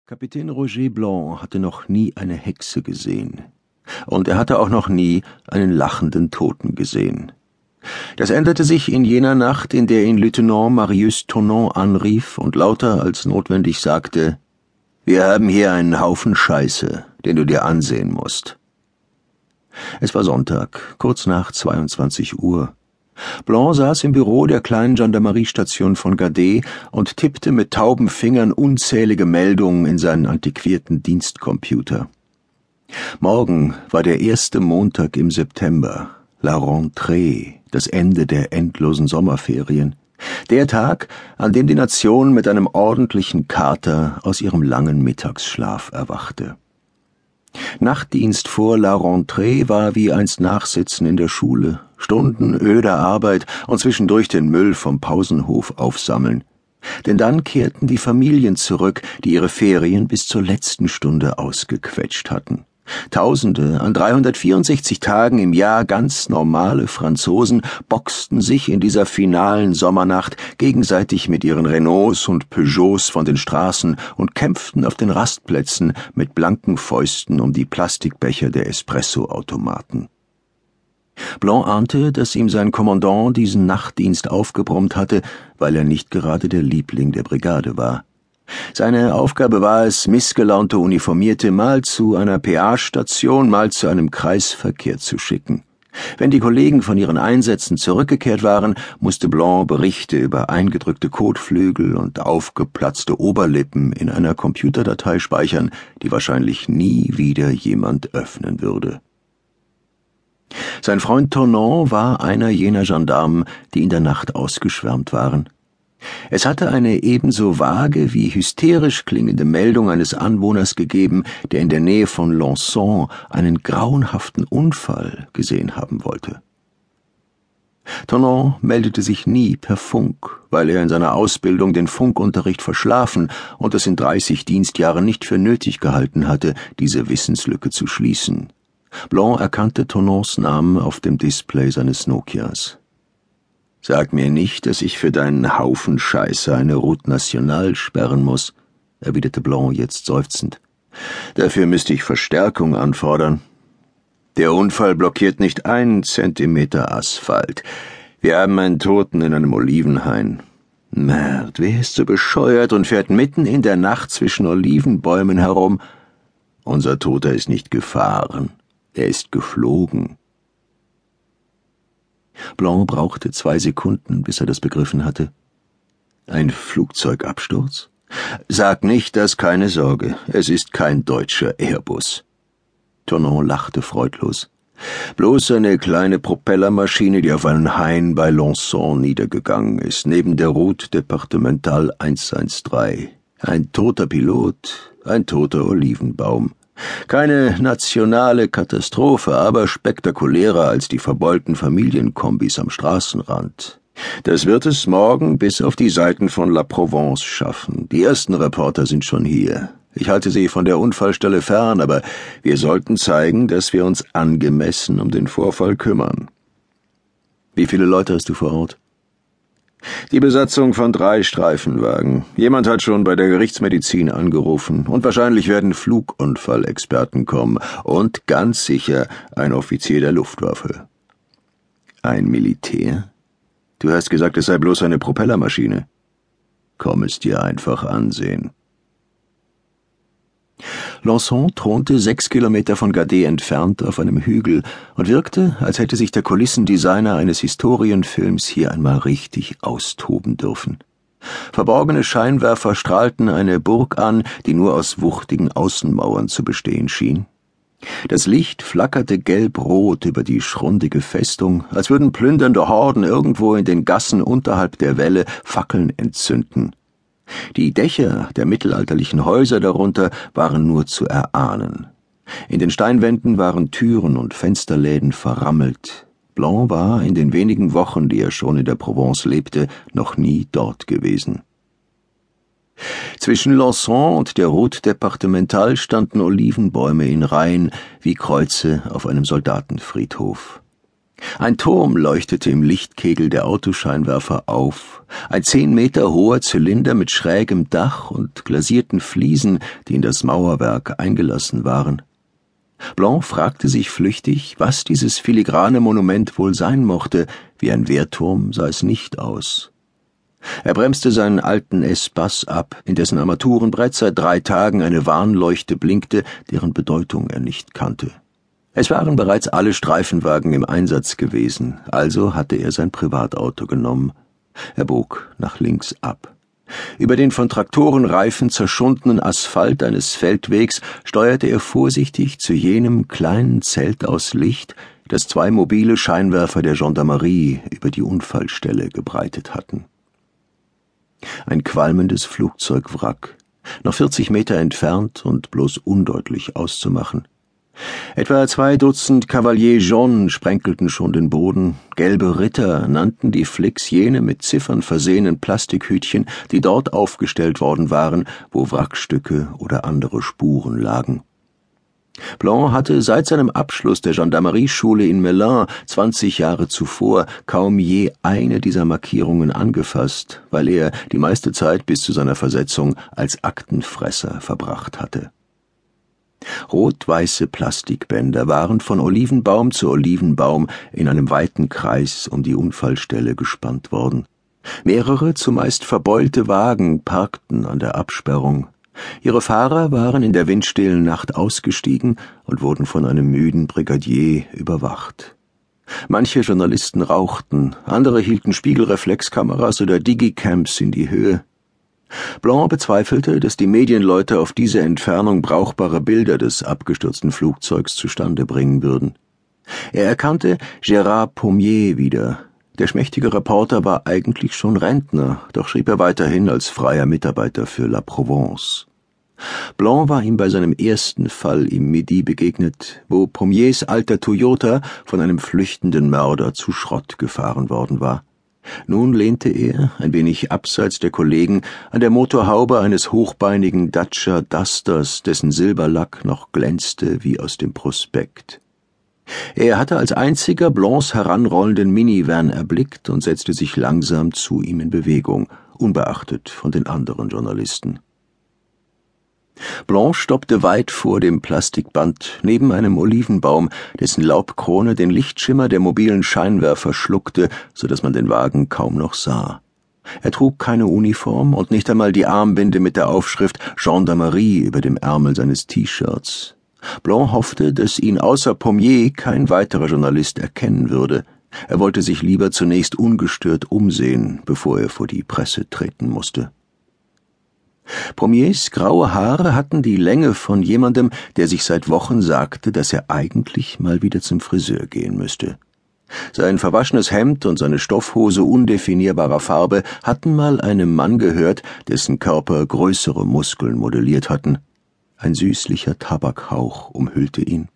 Kapitän Roger Blanc hatte noch nie eine Hexe gesehen. Und er hatte auch noch nie einen lachenden Toten gesehen. Das änderte sich in jener Nacht, in der ihn Lieutenant Marius Tonnant anrief und lauter als notwendig sagte: »Wir haben hier einen Haufen Scheiße, den du dir ansehen musst.« Es war Sonntag, kurz nach 22 Uhr. Blanc saß im Büro der kleinen Gendarmeriestation von Gade und tippte mit tauben Fingern unzählige Meldungen in seinen antiquierten Dienstcomputer. Morgen war der erste Montag im September, la Rentrée, das Ende der endlosen Sommerferien, der Tag, an dem die Nation mit einem ordentlichen Kater aus ihrem langen Mittagsschlaf erwachte. Nachtdienst vor la Rentrée war wie einst Nachsitzen in der Schule, Stunden öder Arbeit und zwischendurch den Müll vom Pausenhof aufsammeln. Denn dann kehrten die Familien zurück, die ihre Ferien bis zur letzten Stunde ausgequetscht hatten. Tausende an 364 Tagen im Jahr ganz normale Franzosen boxten sich in dieser finalen Sommernacht gegenseitig mit ihren Renaults und Peugeots von den Straßen und kämpften auf den Rastplätzen mit blanken Fäusten um die Plastikbecher der Espresso-Automaten. Blanc ahnte, dass ihm sein Kommandant diesen Nachtdienst aufgebrummt hatte, weil er nicht gerade der Liebling der Brigade war. Seine Aufgabe war es, missgelaunte Uniformierte mal zu einer Peagestation, mal zu einem Kreisverkehr zu schicken. Wenn die Kollegen von ihren Einsätzen zurückgekehrt waren, musste Blanc Berichte über eingedrückte Kotflügel und aufgeplatzte Oberlippen in einer Computerdatei speichern, die wahrscheinlich nie wieder jemand öffnen würde. Sein Freund Tonnant war einer jener Gendarmen, die in der Nacht ausgeschwärmt waren. Es hatte eine ebenso vage wie hysterisch klingende Meldung eines Anwohners gegeben, der in der Nähe von Lançon einen grauenhaften Unfall gesehen haben wollte. Tonnant meldete sich nie per Funk, weil er in seiner Ausbildung den Funkunterricht verschlafen und es in 30 Dienstjahren nicht für nötig gehalten hatte, diese Wissenslücke zu schließen. Blanc erkannte Tonnants Namen auf dem Display seines Nokias. »Sag mir nicht, dass ich für deinen Haufen Scheiße eine Route Nationale sperren muss«, erwiderte Blanc jetzt seufzend. »Dafür müsste ich Verstärkung anfordern. Der Unfall blockiert nicht einen Zentimeter Asphalt. Wir haben einen Toten in einem Olivenhain. Merd, wer ist so bescheuert und fährt mitten in der Nacht zwischen Olivenbäumen herum? Unser Toter ist nicht gefahren, er ist geflogen.« Blanc brauchte 2 Sekunden, bis er das begriffen hatte. »Ein Flugzeugabsturz? Sag nicht das, keine Sorge, es ist kein deutscher Airbus.« Tonnant lachte freudlos. »Bloß eine kleine Propellermaschine, die auf einen Hain bei Lançon niedergegangen ist, neben der Route Départementale 113. Ein toter Pilot, ein toter Olivenbaum. Keine nationale Katastrophe, aber spektakulärer als die verbeulten Familienkombis am Straßenrand. Das wird es morgen bis auf die Seiten von La Provence schaffen. Die ersten Reporter sind schon hier. Ich halte sie von der Unfallstelle fern, aber wir sollten zeigen, dass wir uns angemessen um den Vorfall kümmern.« »Wie viele Leute hast du vor Ort?« »Die Besatzung von 3 Streifenwagen. Jemand hat schon bei der Gerichtsmedizin angerufen und wahrscheinlich werden Flugunfallexperten kommen und ganz sicher ein Offizier der Luftwaffe.« »Ein Militär? Du hast gesagt, es sei bloß eine Propellermaschine.« »Komm es dir einfach ansehen.« Lançon thronte 6 Kilometer von Gade entfernt auf einem Hügel und wirkte, als hätte sich der Kulissendesigner eines Historienfilms hier einmal richtig austoben dürfen. Verborgene Scheinwerfer strahlten eine Burg an, die nur aus wuchtigen Außenmauern zu bestehen schien. Das Licht flackerte gelb-rot über die schrundige Festung, als würden plündernde Horden irgendwo in den Gassen unterhalb der Wälle Fackeln entzünden. Die Dächer der mittelalterlichen Häuser darunter waren nur zu erahnen. In den Steinwänden waren Türen und Fensterläden verrammelt. Blanc war in den wenigen Wochen, die er schon in der Provence lebte, noch nie dort gewesen. Zwischen Lançon und der Route Départementale standen Olivenbäume in Reihen wie Kreuze auf einem Soldatenfriedhof. Ein Turm leuchtete im Lichtkegel der Autoscheinwerfer auf, ein 10 Meter hoher Zylinder mit schrägem Dach und glasierten Fliesen, die in das Mauerwerk eingelassen waren. Blanc fragte sich flüchtig, was dieses filigrane Monument wohl sein mochte, wie ein Wehrturm sah es nicht aus. Er bremste seinen alten Espace ab, in dessen Armaturenbrett seit 3 Tagen eine Warnleuchte blinkte, deren Bedeutung er nicht kannte. Es waren bereits alle Streifenwagen im Einsatz gewesen, also hatte er sein Privatauto genommen. Er bog nach links ab. Über den von Traktorenreifen zerschundenen Asphalt eines Feldwegs steuerte er vorsichtig zu jenem kleinen Zelt aus Licht, das 2 mobile Scheinwerfer der Gendarmerie über die Unfallstelle gebreitet hatten. Ein qualmendes Flugzeugwrack, noch 40 Meter entfernt und bloß undeutlich auszumachen. Etwa 2 Dutzend Cavalier Jaunes sprenkelten schon den Boden, gelbe Ritter nannten die Flicks jene mit Ziffern versehenen Plastikhütchen, die dort aufgestellt worden waren, wo Wrackstücke oder andere Spuren lagen. Blanc hatte seit seinem Abschluss der Gendarmerieschule in Melun 20 Jahre zuvor kaum je eine dieser Markierungen angefasst, weil er die meiste Zeit bis zu seiner Versetzung als Aktenfresser verbracht hatte. Rot-weiße Plastikbänder waren von Olivenbaum zu Olivenbaum in einem weiten Kreis um die Unfallstelle gespannt worden. Mehrere, zumeist verbeulte Wagen parkten an der Absperrung. Ihre Fahrer waren in der windstillen Nacht ausgestiegen und wurden von einem müden Brigadier überwacht. Manche Journalisten rauchten, andere hielten Spiegelreflexkameras oder Digicams in die Höhe. Blanc bezweifelte, dass die Medienleute auf diese Entfernung brauchbare Bilder des abgestürzten Flugzeugs zustande bringen würden. Er erkannte Gérard Pommier wieder. Der schmächtige Reporter war eigentlich schon Rentner, doch schrieb er weiterhin als freier Mitarbeiter für La Provence. Blanc war ihm bei seinem ersten Fall im Midi begegnet, wo Pommiers alter Toyota von einem flüchtenden Mörder zu Schrott gefahren worden war. Nun lehnte er, ein wenig abseits der Kollegen, an der Motorhaube eines hochbeinigen Dacia Dusters, dessen Silberlack noch glänzte wie aus dem Prospekt. Er hatte als einziger Blancs heranrollenden Minivan erblickt und setzte sich langsam zu ihm in Bewegung, unbeachtet von den anderen Journalisten. Blanc stoppte weit vor dem Plastikband, neben einem Olivenbaum, dessen Laubkrone den Lichtschimmer der mobilen Scheinwerfer schluckte, so dass man den Wagen kaum noch sah. Er trug keine Uniform und nicht einmal die Armbinde mit der Aufschrift Gendarmerie über dem Ärmel seines T-Shirts. Blanc hoffte, dass ihn außer Pommier kein weiterer Journalist erkennen würde. Er wollte sich lieber zunächst ungestört umsehen, bevor er vor die Presse treten musste. Pommiers graue Haare hatten die Länge von jemandem, der sich seit Wochen sagte, dass er eigentlich mal wieder zum Friseur gehen müsste. Sein verwaschenes Hemd und seine Stoffhose undefinierbarer Farbe hatten mal einem Mann gehört, dessen Körper größere Muskeln modelliert hatten. Ein süßlicher Tabakhauch umhüllte ihn.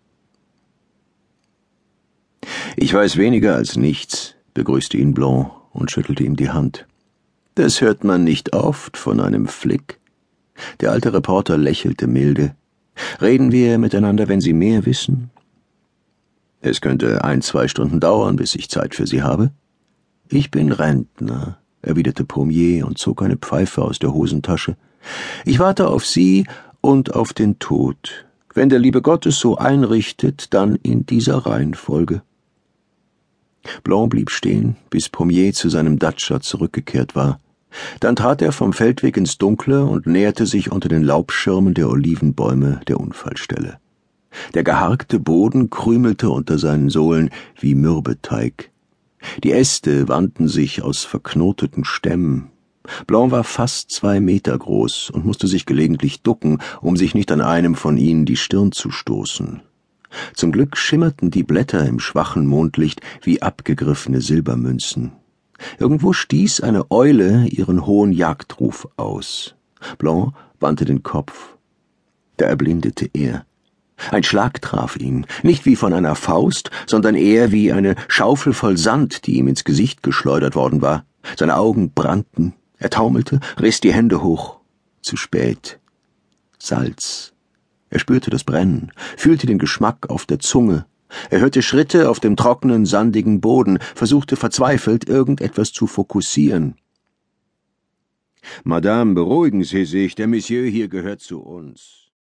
»Ich weiß weniger als nichts«, begrüßte ihn Blanc und schüttelte ihm die Hand. »Das hört man nicht oft von einem Flick.« Der alte Reporter lächelte milde. »Reden wir miteinander, wenn Sie mehr wissen?« »Es könnte 1-2 Stunden dauern, bis ich Zeit für Sie habe.« »Ich bin Rentner«, erwiderte Pommier und zog eine Pfeife aus der Hosentasche. »Ich warte auf Sie und auf den Tod. Wenn der liebe Gott es so einrichtet, dann in dieser Reihenfolge.« Blanc blieb stehen, bis Pommier zu seinem Dacia zurückgekehrt war. Dann trat er vom Feldweg ins Dunkle und näherte sich unter den Laubschirmen der Olivenbäume der Unfallstelle. Der geharkte Boden krümelte unter seinen Sohlen wie Mürbeteig. Die Äste wandten sich aus verknoteten Stämmen. Blanc war fast 2 Meter groß und musste sich gelegentlich ducken, um sich nicht an einem von ihnen die Stirn zu stoßen. Zum Glück schimmerten die Blätter im schwachen Mondlicht wie abgegriffene Silbermünzen. Irgendwo stieß eine Eule ihren hohen Jagdruf aus. Blanc wandte den Kopf. Da erblindete er. Ein Schlag traf ihn, nicht wie von einer Faust, sondern eher wie eine Schaufel voll Sand, die ihm ins Gesicht geschleudert worden war. Seine Augen brannten. Er taumelte, riss die Hände hoch. Zu spät. Salz. Er spürte das Brennen, fühlte den Geschmack auf der Zunge. Er hörte Schritte auf dem trockenen, sandigen Boden, versuchte verzweifelt, irgendetwas zu fokussieren. »Madame, beruhigen Sie sich, der Monsieur hier gehört zu uns.